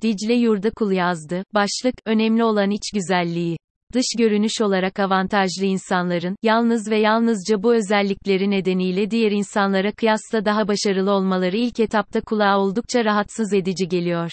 Dicle Yurdakul yazdı. Başlık, önemli olan iç güzelliği. Dış görünüş olarak avantajlı insanların, yalnız ve yalnızca bu özellikleri nedeniyle diğer insanlara kıyasla daha başarılı olmaları ilk etapta kulağa oldukça rahatsız edici geliyor.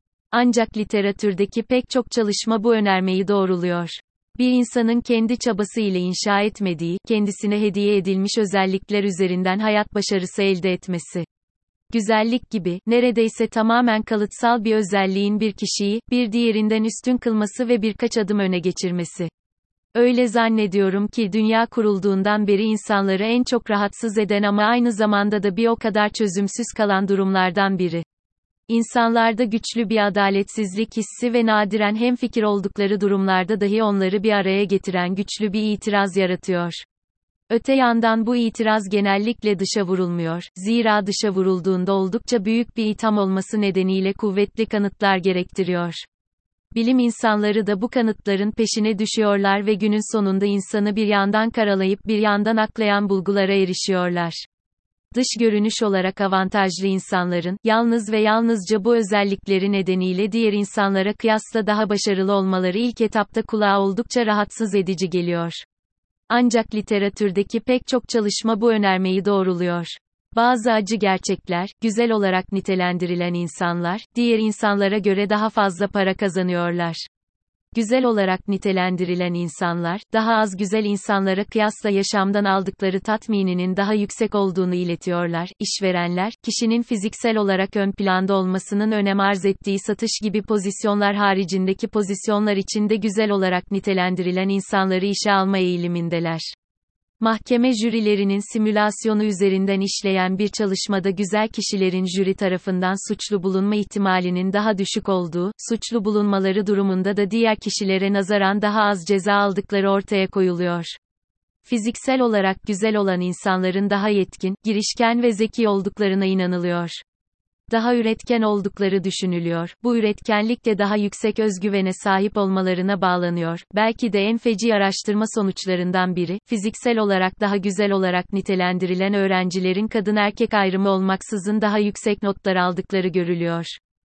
Ancak literatürdeki pek çok çalışma bu önermeyi doğruluyor. Bir insanın kendi çabası ile inşa etmediği, kendisine hediye edilmiş özellikler üzerinden hayat başarısı elde etmesi. Güzellik gibi, neredeyse tamamen kalıtsal bir özelliğin bir kişiyi, bir diğerinden üstün kılması ve birkaç adım öne geçirmesi. Öyle zannediyorum ki dünya kurulduğundan beri insanları en çok rahatsız eden ama aynı zamanda da bir o kadar çözümsüz kalan durumlardan biri. İnsanlarda güçlü bir adaletsizlik hissi ve nadiren hemfikir oldukları durumlarda dahi onları bir araya getiren güçlü bir itiraz yaratıyor. Öte yandan bu itiraz genellikle dışa vurulmuyor, zira dışa vurulduğunda oldukça büyük bir itham olması nedeniyle kuvvetli kanıtlar gerektiriyor. Bilim insanları da bu kanıtların peşine düşüyorlar ve günün sonunda insanı bir yandan karalayıp bir yandan aklayan bulgulara erişiyorlar. Dış görünüş olarak avantajlı insanların, yalnız ve yalnızca bu özellikleri nedeniyle diğer insanlara kıyasla daha başarılı olmaları ilk etapta kulağa oldukça rahatsız edici geliyor. Ancak literatürdeki pek çok çalışma bu önermeyi doğruluyor. Bazı acı gerçekler, güzel olarak nitelendirilen insanlar, diğer insanlara göre daha fazla para kazanıyorlar. Güzel olarak nitelendirilen insanlar, daha az güzel insanlara kıyasla yaşamdan aldıkları tatmininin daha yüksek olduğunu iletiyorlar. İşverenler, kişinin fiziksel olarak ön planda olmasının önem arz ettiği satış gibi pozisyonlar haricindeki pozisyonlar için de güzel olarak nitelendirilen insanları işe alma eğilimindeler. Mahkeme jürilerinin simülasyonu üzerinden işleyen bir çalışmada güzel kişilerin jüri tarafından suçlu bulunma ihtimalinin daha düşük olduğu, suçlu bulunmaları durumunda da diğer kişilere nazaran daha az ceza aldıkları ortaya koyuluyor. Fiziksel olarak güzel olan insanların daha yetkin, girişken ve zeki olduklarına inanılıyor. Daha üretken oldukları düşünülüyor. Bu üretkenlik de daha yüksek özgüvene sahip olmalarına bağlanıyor. Belki de en feci araştırma sonuçlarından biri, fiziksel olarak daha güzel olarak nitelendirilen öğrencilerin kadın erkek ayrımı olmaksızın daha yüksek notlar aldıkları görülüyor.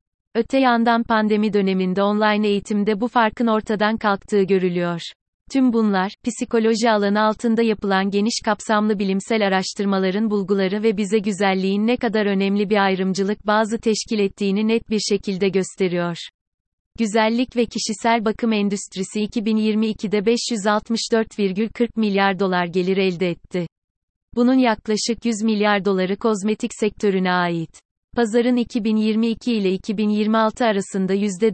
Öte yandan pandemi döneminde online eğitimde bu farkın ortadan kalktığı görülüyor. Tüm bunlar, psikoloji alanı altında yapılan geniş kapsamlı bilimsel araştırmaların bulguları ve bize güzelliğin ne kadar önemli bir ayrımcılık bazı teşkil ettiğini net bir şekilde gösteriyor. Güzellik ve kişisel bakım endüstrisi 2022'de 564,40 milyar dolar gelir elde etti. Bunun yaklaşık 100 milyar doları kozmetik sektörüne ait. Pazarın 2022 ile 2026 arasında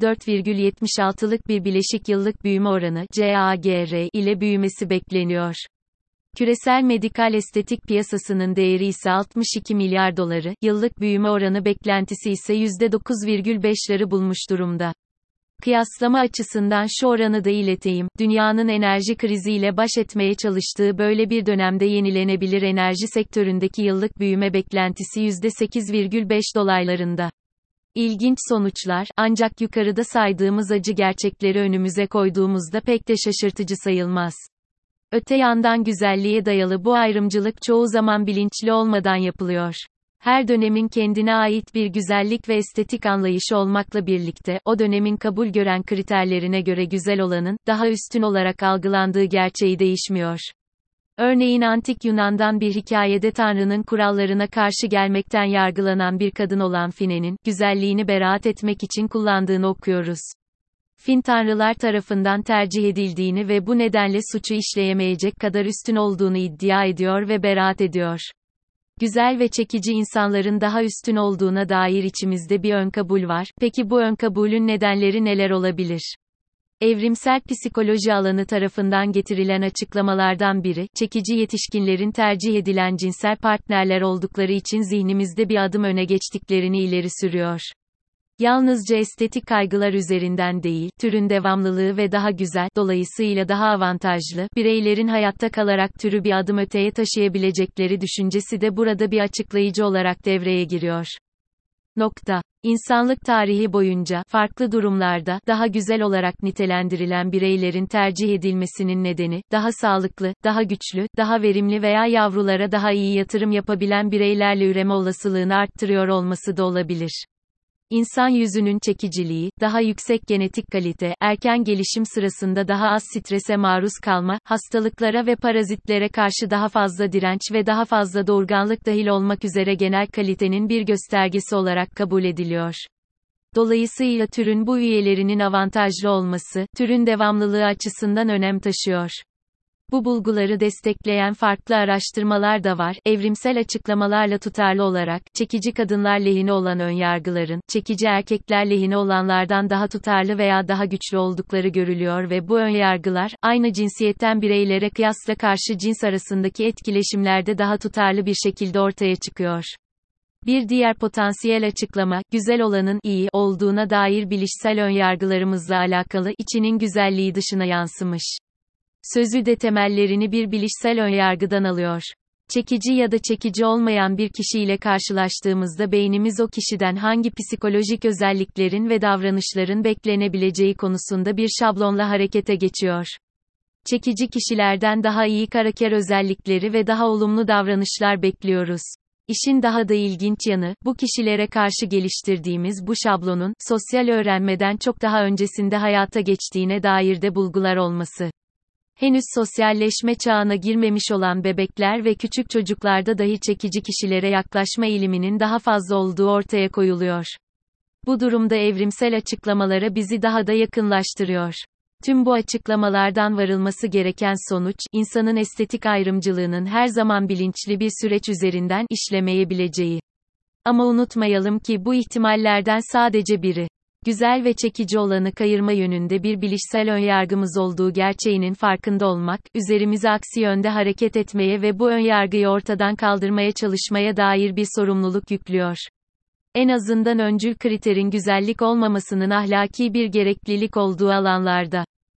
%4,76'lık bir bileşik yıllık büyüme oranı (CAGR) ile büyümesi bekleniyor. Küresel medikal estetik piyasasının değeri ise 62 milyar doları, yıllık büyüme oranı beklentisi ise %9,5'leri bulmuş durumda. Kıyaslama açısından şu oranı da ileteyim, dünyanın enerji kriziyle baş etmeye çalıştığı böyle bir dönemde yenilenebilir enerji sektöründeki yıllık büyüme beklentisi %8,5 dolaylarında. İlginç sonuçlar, ancak yukarıda saydığımız acı gerçekleri önümüze koyduğumuzda pek de şaşırtıcı sayılmaz. Öte yandan güzelliğe dayalı bu ayrımcılık çoğu zaman bilinçli olmadan yapılıyor. Her dönemin kendine ait bir güzellik ve estetik anlayışı olmakla birlikte, o dönemin kabul gören kriterlerine göre güzel olanın, daha üstün olarak algılandığı gerçeği değişmiyor. Örneğin Antik Yunan'dan bir hikayede Tanrı'nın kurallarına karşı gelmekten yargılanan bir kadın olan Fine'nin, güzelliğini beraat etmek için kullandığını okuyoruz. Fin tanrılar tarafından tercih edildiğini ve bu nedenle suçu işleyemeyecek kadar üstün olduğunu iddia ediyor ve beraat ediyor. Güzel ve çekici insanların daha üstün olduğuna dair içimizde bir önkabul var. Peki bu önkabulün nedenleri neler olabilir? Evrimsel psikoloji alanı tarafından getirilen açıklamalardan biri, çekici yetişkinlerin tercih edilen cinsel partnerler oldukları için zihnimizde bir adım öne geçtiklerini ileri sürüyor. Yalnızca estetik kaygılar üzerinden değil, türün devamlılığı ve daha güzel, dolayısıyla daha avantajlı, bireylerin hayatta kalarak türü bir adım öteye taşıyabilecekleri düşüncesi de burada bir açıklayıcı olarak devreye giriyor. İnsanlık tarihi boyunca, farklı durumlarda, daha güzel olarak nitelendirilen bireylerin tercih edilmesinin nedeni, daha sağlıklı, daha güçlü, daha verimli veya yavrulara daha iyi yatırım yapabilen bireylerle üreme olasılığını arttırıyor olması da olabilir. İnsan yüzünün çekiciliği, daha yüksek genetik kalite, erken gelişim sırasında daha az strese maruz kalma, hastalıklara ve parazitlere karşı daha fazla direnç ve daha fazla doğurganlık dahil olmak üzere genel kalitenin bir göstergesi olarak kabul ediliyor. Dolayısıyla türün bu üyelerinin avantajlı olması, türün devamlılığı açısından önem taşıyor. Bu bulguları destekleyen farklı araştırmalar da var. Evrimsel açıklamalarla tutarlı olarak, çekici kadınlar lehine olan önyargıların, çekici erkekler lehine olanlardan daha tutarlı veya daha güçlü oldukları görülüyor ve bu önyargılar, aynı cinsiyetten bireylere kıyasla karşı cins arasındaki etkileşimlerde daha tutarlı bir şekilde ortaya çıkıyor. Bir diğer potansiyel açıklama, güzel olanın iyi olduğuna dair bilişsel önyargılarımızla alakalı, içinin güzelliği dışına yansımış. Sözü de temellerini bir bilişsel önyargıdan alıyor. Çekici ya da çekici olmayan bir kişiyle karşılaştığımızda beynimiz o kişiden hangi psikolojik özelliklerin ve davranışların beklenebileceği konusunda bir şablonla harekete geçiyor. Çekici kişilerden daha iyi karakter özellikleri ve daha olumlu davranışlar bekliyoruz. İşin daha da ilginç yanı, bu kişilere karşı geliştirdiğimiz bu şablonun, sosyal öğrenmeden çok daha öncesinde hayata geçtiğine dair de bulgular olması. Henüz sosyalleşme çağına girmemiş olan bebekler ve küçük çocuklarda dahi çekici kişilere yaklaşma eğiliminin daha fazla olduğu ortaya koyuluyor. Bu durumda evrimsel açıklamalara bizi daha da yakınlaştırıyor. Tüm bu açıklamalardan varılması gereken sonuç, insanın estetik ayrımcılığının her zaman bilinçli bir süreç üzerinden işlemeyebileceği. Ama unutmayalım ki bu ihtimallerden sadece biri. Güzel ve çekici olanı kayırma yönünde bir bilişsel önyargımız olduğu gerçeğinin farkında olmak, üzerimize aksi yönde hareket etmeye ve bu önyargıyı ortadan kaldırmaya çalışmaya dair bir sorumluluk yüklüyor. En azından öncül kriterin güzellik olmamasının ahlaki bir gereklilik olduğu alanlarda.